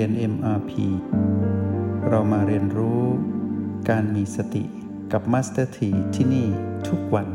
น MRP เรามาเรียนรู้การมีสติกับ Master T ที่นี่ทุกวัน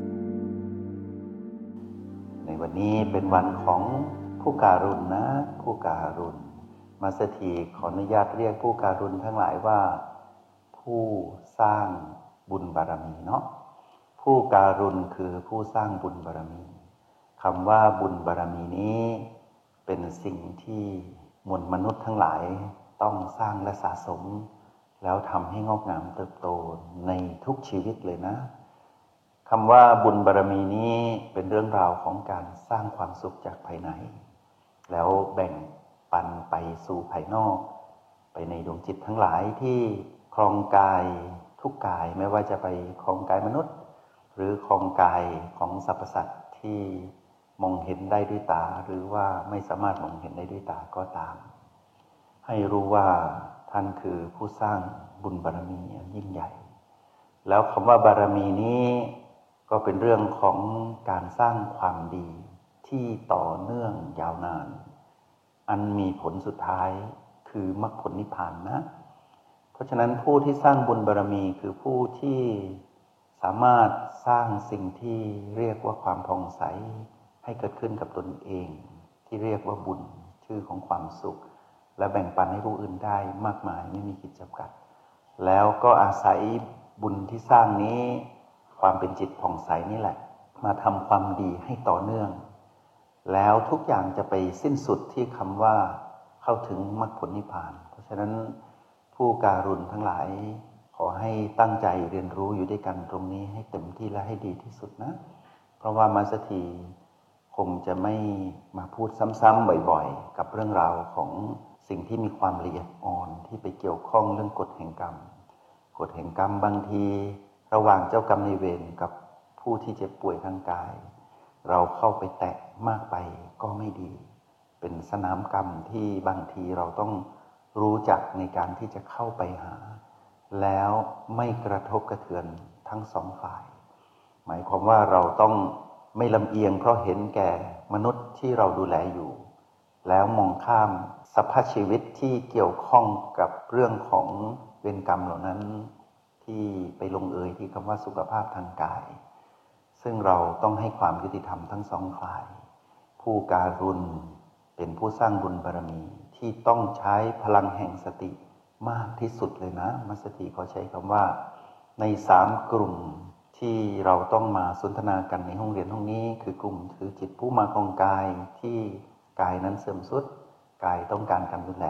ในวันนี้เป็นวันของผู้การุณนะผู้การุณMaster Tขออนุญาตเรียกผู้การุณทั้งหลายว่าผู้สร้างบุญบารมีเนาะผู้การุณคือผู้สร้างบุญบารมีคำว่าบุญบารมีนี้เป็นสิ่งที่มวลมนุษย์ทั้งหลายต้องสร้างและสะสมแล้วทำให้งอกงามเติบโตในทุกชีวิตเลยนะคำว่าบุญบารมีนี้เป็นเรื่องราวของการสร้างความสุขจากภายในแล้วแบ่งปันไปสู่ภายนอกไปในดวงจิตทั้งหลายที่ครองกายทุกกายไม่ว่าจะไปครองกายมนุษย์หรือครองกายของสรรพสัตว์ที่มองเห็นได้ด้วยตาหรือว่าไม่สามารถมองเห็นได้ด้วยตาก็ตามให้รู้ว่าท่านคือผู้สร้างบุญบารมีอันยิ่งใหญ่แล้วคำว่าบารมีนี้ก็เป็นเรื่องของการสร้างความดีที่ต่อเนื่องยาวนานอันมีผลสุดท้ายคือมรรคผลนิพพานนะเพราะฉะนั้นผู้ที่สร้างบุญบารมีคือผู้ที่สามารถสร้างสิ่งที่เรียกว่าความผ่องใสให้เกิดขึ้นกับตนเองที่เรียกว่าบุญชื่อของความสุขและแบ่งปันให้ผู้อื่นได้มากมายไม่มีขีดจำกัดแล้วก็อาศัยบุญที่สร้างนี้ความเป็นจิตผ่องใสนี่แหละมาทำความดีให้ต่อเนื่องแล้วทุกอย่างจะไปสิ้นสุดที่คำว่าเข้าถึงมรรคผลนิพพานเพราะฉะนั้นผู้การุณทั้งหลายขอให้ตั้งใจเรียนรู้อยู่ด้วยกันตรงนี้ให้เต็มที่และให้ดีที่สุดนะเพราะว่าMaster Tคงจะไม่มาพูดซ้ำๆบ่อยๆกับเรื่องราวของสิ่งที่มีความละเอียดอ่อนที่ไปเกี่ยวข้องเรื่องกฎแห่งกรรมกฎแห่งกรรมบางทีระหว่างเจ้ากรรมนายเวรกับผู้ที่เจ็บป่วยทางกายเราเข้าไปแตะมากไปก็ไม่ดีเป็นสนามกรรมที่บางทีเราต้องรู้จักในการที่จะเข้าไปหาแล้วไม่กระทบกระเทือนทั้งสองฝ่ายหมายความว่าเราต้องไม่ลำเอียงเพราะเห็นแก่มนุษย์ที่เราดูแลอยู่แล้วมองข้ามสภาพชีวิตที่เกี่ยวข้องกับเรื่องของเวรกรรมเหล่านั้นที่ไปลงเอยที่คำว่าสุขภาพทางกายซึ่งเราต้องให้ความยุติธรรมทั้งสองฝ่ายผู้การุณเป็นผู้สร้างบุญบารมีที่ต้องใช้พลังแห่งสติมากที่สุดเลยนะMaster Tเขาใช้คำว่าใน3กลุ่มที่เราต้องมาสนทนากันในห้องเรียนห้องนี้คือกลุ่มถือจิตผู้มาครองกายที่กายนั้นเสื่อมทรุดกายต้องการการดูแล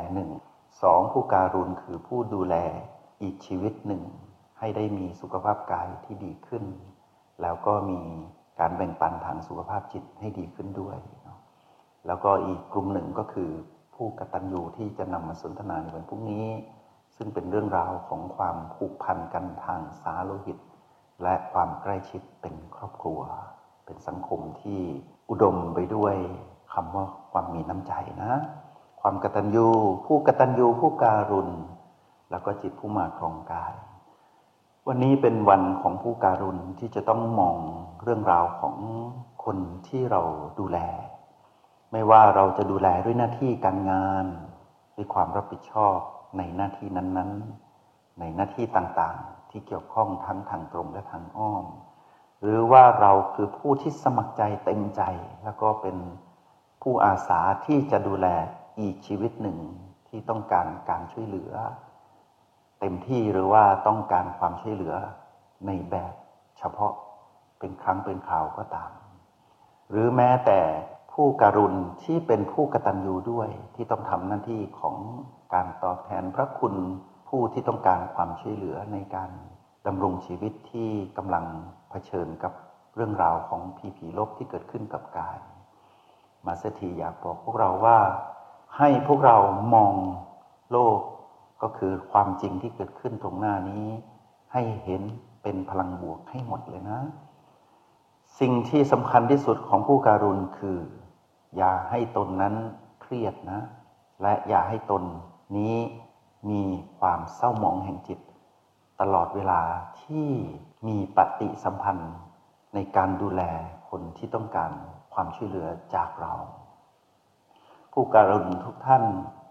2ผู้การุณคือผู้ดูแลอีกชีวิตหนึ่งให้ได้มีสุขภาพกายที่ดีขึ้นแล้วก็มีการแบ่งปันทางสุขภาพจิตให้ดีขึ้นด้วยแล้วก็อีกกลุ่มหนึ่งก็คือผู้กตัญญูที่จะนำมาสนทนาในวันพรุ่งนี้ซึ่งเป็นเรื่องราวของความผูกพันกันทางสาโลหิตและความใกล้ชิดเป็นครอบครัวเป็นสังคมที่อุดมไปด้วยคำว่าความมีน้ำใจนะความกตัญญูผู้กตัญญูผู้การุณแล้วก็จิตผู้มาครองกายวันนี้เป็นวันของผู้การุณที่จะต้องมองเรื่องราวของคนที่เราดูแลไม่ว่าเราจะดูแลด้วยหน้าที่การงานด้วยความรับผิดชอบในหน้าที่นั้นๆในหน้าที่ต่างๆที่เกี่ยวข้องทั้งทางตรงและทางอ้อมหรือว่าเราคือผู้ที่สมัครใจเต็มใจแล้วก็เป็นผู้อาสาที่จะดูแลอีกชีวิตหนึ่งที่ต้องการการช่วยเหลือเต็มที่หรือว่าต้องการความช่วยเหลือในแบบเฉพาะเป็นครั้งเป็นคราวก็ตามหรือแม้แต่ผู้การุณที่เป็นผู้กตัญญูด้วยที่ต้องทำหน้าที่ของการตอบแทนพระคุณผู้ที่ต้องการความช่วยเหลือในการดำรงชีวิตที่กำลังเผชิญกับเรื่องราวของผีลบที่เกิดขึ้นกับกายMaster Tอยากบอกพวกเราว่าให้พวกเรามองโลกก็คือความจริงที่เกิดขึ้นตรงหน้านี้ให้เห็นเป็นพลังบวกให้หมดเลยนะสิ่งที่สำคัญที่สุดของผู้การุณคืออย่าให้ตนนั้นเครียดนะและอย่าให้ตนนี้มีความเศร้าหมองแห่งจิตตลอดเวลาที่มีปฏิสัมพันธ์ในการดูแลคนที่ต้องการความช่วยเหลือจากเราผู้การุณทุกท่าน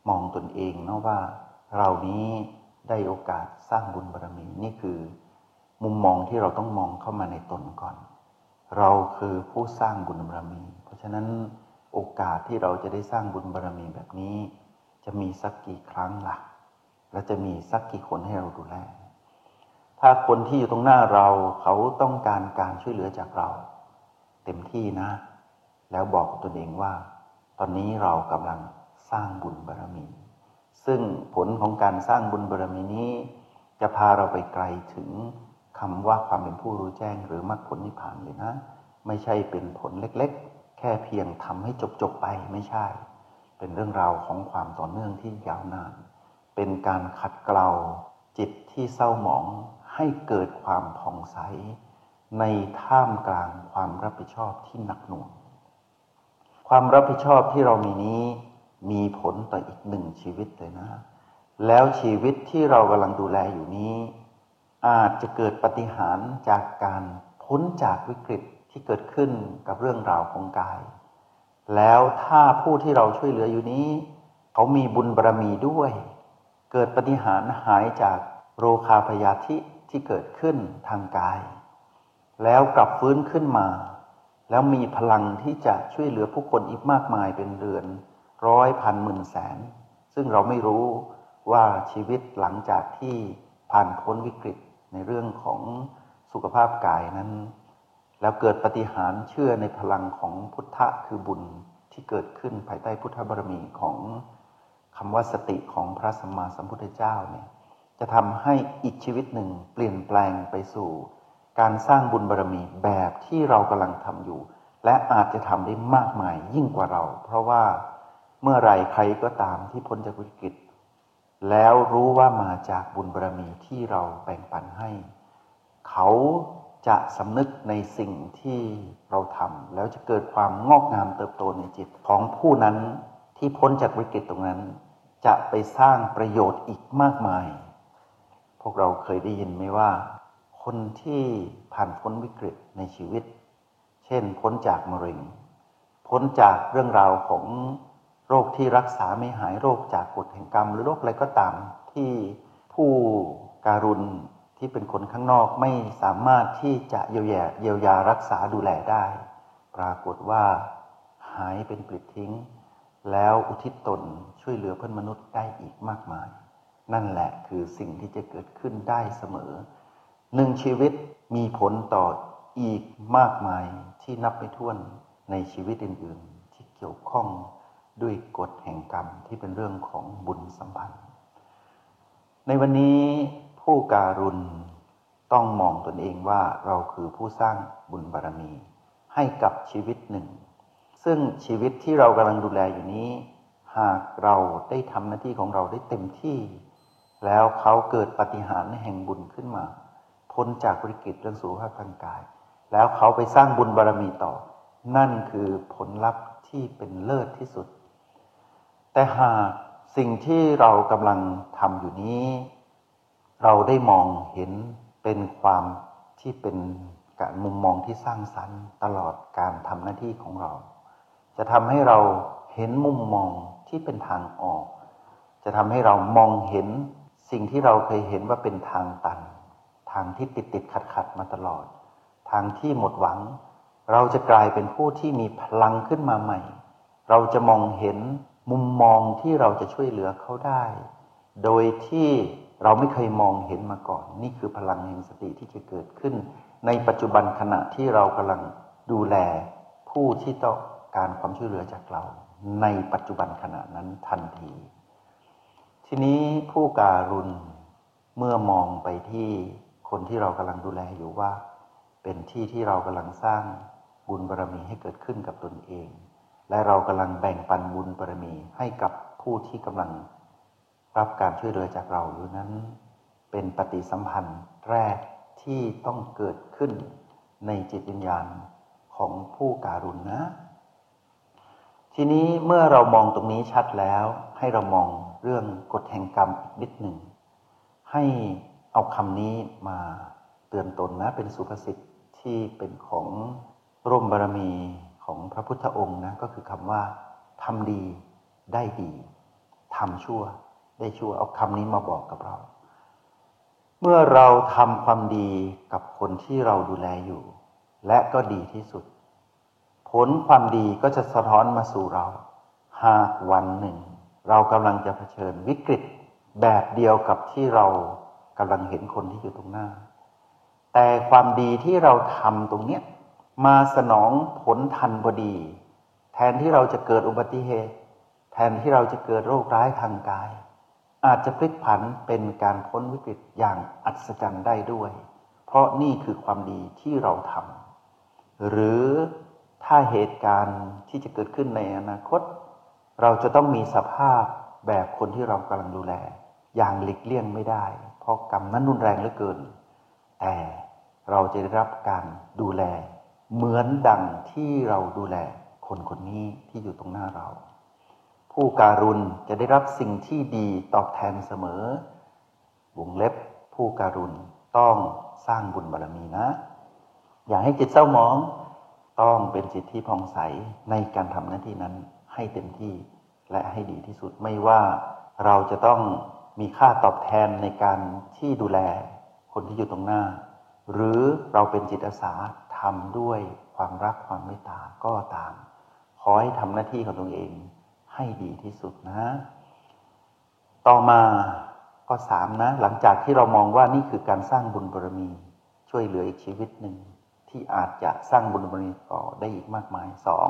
มองตนเองเนาะว่าเรานี้ได้โอกาสสร้างบุญบารมีนี่คือมุมมองที่เราต้องมองเข้ามาในตนก่อนเราคือผู้สร้างบุญบารมีเพราะฉะนั้นโอกาสที่เราจะได้สร้างบุญบารมีแบบนี้จะมีสักกี่ครั้งล่ะและจะมีสักกี่คนให้เราดูแลถ้าคนที่อยู่ตรงหน้าเราเขาต้องการการช่วยเหลือจากเราเต็มที่นะแล้วบอกตนเองว่าตอนนี้เรากำลังสร้างบุญบารมีซึ่งผลของการสร้างบุญบารมีนี้จะพาเราไปไกลถึงคำว่าความเป็นผู้รู้แจ้งหรือมรรคผลนิพพานเลยนะไม่ใช่เป็นผลเล็กๆแค่เพียงทำให้จบไปไม่ใช่เป็นเรื่องราวของความต่อเนื่องที่ยาวนานเป็นการขัดเกลาจิตที่เศร้าหมองให้เกิดความผ่องใสในท่ามกลางความรับผิดชอบที่หนักหน่วงความรับผิดชอบที่เรามีนี้มีผลต่ออีกหนึ่งชีวิตเลยนะแล้วชีวิตที่เรากำลังดูแลอยู่นี้อาจจะเกิดปาฏิหาริย์จากการพ้นจากวิกฤตที่เกิดขึ้นกับเรื่องราวของกายแล้วถ้าผู้ที่เราช่วยเหลืออยู่นี้เขามีบุญบารมีด้วยเกิดปาฏิหาริย์หายจากโรคาพยาธิที่เกิดขึ้นทางกายแล้วกลับฟื้นขึ้นมาแล้วมีพลังที่จะช่วยเหลือผู้คนอีกมากมายเป็นเรือนร้อยพันหมื่นแสนซึ่งเราไม่รู้ว่าชีวิตหลังจากที่ผ่านพ้นวิกฤตในเรื่องของสุขภาพกายนั้นแล้วเกิดปาฏิหาริย์เชื่อในพลังของพุทธะคือบุญที่เกิดขึ้นภายใต้พุทธบารมีของคำว่าสติของพระสัมมาสัมพุทธเจ้าเนี่ยจะทำให้อีกชีวิตหนึ่งเปลี่ยนแปลงไปสู่การสร้างบุญบารมีแบบที่เรากำลังทำอยู่และอาจจะทำได้มากมายยิ่งกว่าเราเพราะว่าเมื่อไรใครก็ตามที่พ้นจากวิกฤตแล้วรู้ว่ามาจากบุญบารมีที่เราแบ่งปันให้เขาจะสำนึกในสิ่งที่เราทำแล้วจะเกิดความงอกงามเติบโตในจิตของผู้นั้นที่พ้นจากวิกฤตตรงนั้นจะไปสร้างประโยชน์อีกมากมายพวกเราเคยได้ยินไหมว่าคนที่ผ่านพ้นวิกฤตในชีวิตเช่นพ้นจากมะเร็งพ้นจากเรื่องราวของโรคที่รักษาไม่หายโรคจากกฎแห่งกรรมหรือโรคอะไรก็ตามที่ผู้การุณที่เป็นคนข้างนอกไม่สามารถที่จะเยียวยารักษาดูแลได้ปรากฏว่าหายเป็นปลิดทิ้งแล้วอุทิศตนช่วยเหลือเพื่อนมนุษย์ได้อีกมากมายนั่นแหละคือสิ่งที่จะเกิดขึ้นได้เสมอหนึ่งชีวิตมีผลต่ออีกมากมายที่นับไม่ถ้วนในชีวิตอื่นๆที่เกี่ยวข้องด้วยกฎแห่งกรรมที่เป็นเรื่องของบุญสัมพันธ์ในวันนี้ผู้การุณต้องมองตนเองว่าเราคือผู้สร้างบุญบารมีให้กับชีวิตหนึ่งซึ่งชีวิตที่เรากำลังดูแลอยู่นี้หากเราได้ทำหน้าที่ของเราได้เต็มที่แล้วเขาเกิดปาฏิหาริย์แห่งบุญขึ้นมาพ้นจากวิกฤตเรื่องสุขภาพทางกายแล้วเขาไปสร้างบุญบารมีต่อนั่นคือผลลัพธ์ที่เป็นเลิศที่สุดแต่หากสิ่งที่เรากำลังทำอยู่นี้เราได้มองเห็นเป็นความที่เป็นการมุมมองที่สร้างสรรค์ตลอดการทำหน้าที่ของเราจะทำให้เราเห็นมุมมองที่เป็นทางออกจะทำให้เรามองเห็นสิ่งที่เราเคยเห็นว่าเป็นทางตันทางที่ติดขัดมาตลอดทางที่หมดหวังเราจะกลายเป็นผู้ที่มีพลังขึ้นมาใหม่เราจะมองเห็นมุมมองที่เราจะช่วยเหลือเขาได้โดยที่เราไม่เคยมองเห็นมาก่อนนี่คือพลังแห่งสติที่จะเกิดขึ้นในปัจจุบันขณะที่เรากำลังดูแลผู้ที่ต้องการความช่วยเหลือจากเราในปัจจุบันขณะนั้นทันทีทีนี้ผู้การุณเมื่อมองไปที่คนที่เรากำลังดูแลอยู่ว่าเป็นที่ที่เรากำลังสร้างบุญบารมีให้เกิดขึ้นกับตนเองและเรากำลังแบ่งปันบุญบารมีให้กับผู้ที่กำลังรับการช่วยเหลือจากเราอยู่นั้นเป็นปฏิสัมพันธ์แรกที่ต้องเกิดขึ้นในจิตวิญญาณของผู้การุณนะทีนี้เมื่อเรามองตรงนี้ชัดแล้วให้เรามองเรื่องกฎแห่งกรรมอีกนิดหนึ่งให้เอาคำนี้มาเตือนตนนะเป็นสุภาษิตที่เป็นของร่มบารมีของพระพุทธองค์นะก็คือคำว่าทำดีได้ดีทำชั่วได้ชั่วเอาคำนี้มาบอกกับเราเมื่อเราทำความดีกับคนที่เราดูแลอยู่และก็ดีที่สุดผลความดีก็จะสะท้อนมาสู่เราหากวันหนึ่งเรากำลังจะเผชิญวิกฤตแบบเดียวกับที่เรากำลังเห็นคนที่อยู่ตรงหน้าแต่ความดีที่เราทำตรงเนี้ยมาสนองผลทันพอดีแทนที่เราจะเกิดอุบัติเหตุแทนที่เราจะเกิดโรคร้ายทางกายอาจจะพลิกผันเป็นการพ้นวิกฤตอย่างอัศจรรย์ได้ด้วยเพราะนี่คือความดีที่เราทำหรือถ้าเหตุการณ์ที่จะเกิดขึ้นในอนาคตเราจะต้องมีสภาพแบบคนที่เรากำลังดูแลอย่างหลีกเลี่ยงไม่ได้เพราะกรรมนั้นรุนแรงเหลือเกินแต่เราจะได้รับการดูแลเหมือนดังที่เราดูแลคนคนนี้ที่อยู่ตรงหน้าเราผู้การุณจะได้รับสิ่งที่ดีตอบแทนเสมอวงเล็บผู้การุณต้องสร้างบุญบารมีนะอย่าให้จิตเศร้าหมองต้องเป็นจิตที่ผ่องใสในการทำหน้าที่นั้นให้เต็มที่และให้ดีที่สุดไม่ว่าเราจะต้องมีค่าตอบแทนในการที่ดูแลคนที่อยู่ตรงหน้าหรือเราเป็นจิตอาสาทำด้วยความรักความเมตตาก็ตามขอให้ทำหน้าที่ของตัวเองให้ดีที่สุดนะต่อมาก็3นะหลังจากที่เรามองว่านี่คือการสร้างบุญบารมีช่วยเหลืออีกชีวิตหนึ่งที่อาจจะสร้างบุญบารมีต่อได้อีกมากมาย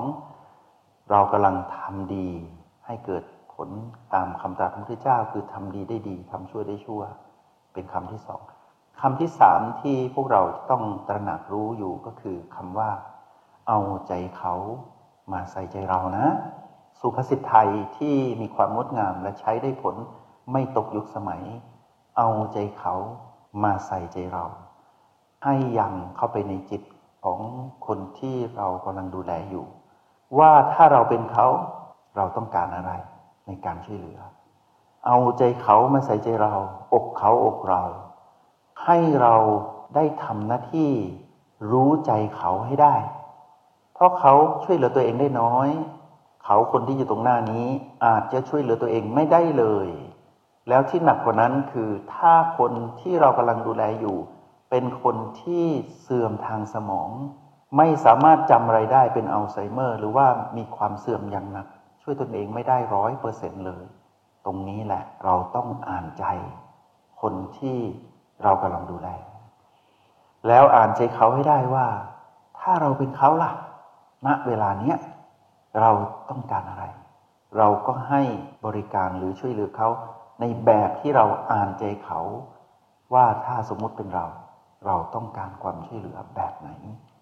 2เรากำลังทำดีให้เกิดผลตามคำตรัสของพระพุทธเจ้าคือทำดีได้ดีทำชั่วได้ชั่วเป็นคำที่2คำที่3ที่พวกเราต้องตระหนักรู้อยู่ก็คือคำว่าเอาใจเขามาใส่ใจเรานะสุภาษิตไทยที่มีความงดงามและใช้ได้ผลไม่ตกยุคสมัยเอาใจเขามาใส่ใจเราให้ยังเข้าไปในจิตของคนที่เรากำลังดูแลอยู่ว่าถ้าเราเป็นเขาเราต้องการอะไรในการช่วยเหลือเอาใจเขามาใส่ใจเราอกเขาอกเราให้เราได้ทำหน้าที่รู้ใจเขาให้ได้เพราะเขาช่วยเหลือตัวเองได้น้อยเขาคนที่อยู่ตรงหน้านี้อาจจะช่วยเหลือตัวเองไม่ได้เลยแล้วที่หนักกว่านั้นคือถ้าคนที่เรากำลังดูแลอยู่เป็นคนที่เสื่อมทางสมองไม่สามารถจำอะไรได้เป็นอัลไซเมอร์หรือว่ามีความเสื่อมอย่างหนักช่วยตนเองไม่ได้ 100% เลยตรงนี้แหละเราต้องอ่านใจคนที่เรากำลังดูแลแล้วอ่านใจเขาให้ได้ว่าถ้าเราเป็นเขาล่ะณเวลาเนี้ยเราต้องการอะไรเราก็ให้บริการหรือช่วยเหลือเขาในแบบที่เราอ่านใจเขาว่าถ้าสมมุติเป็นเราต้องการความช่วยเหลือแบบไหน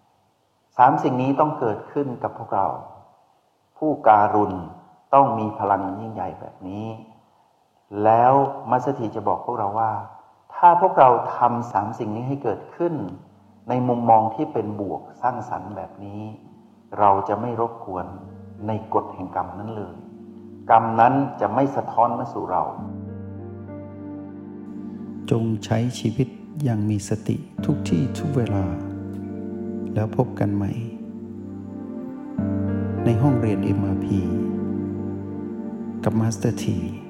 3สิ่งนี้ต้องเกิดขึ้นกับพวกเราผู้การุณต้องมีพลังยิ่งใหญ่แบบนี้แล้วมัสถีจะบอกพวกเราว่าถ้าพวกเราทำ3สิ่งนี้ให้เกิดขึ้นในมุมมองที่เป็นบวกสร้างสรรค์แบบนี้เราจะไม่รบกวนในกฎแห่งกรรมนั้นเลยกรรมนั้นจะไม่สะท้อนมาสู่เราจงใช้ชีวิตอย่างมีสติทุกที่ทุกเวลาแล้วพบกันใหม่ในห้องเรียน MRP กับมาสเตอร์ที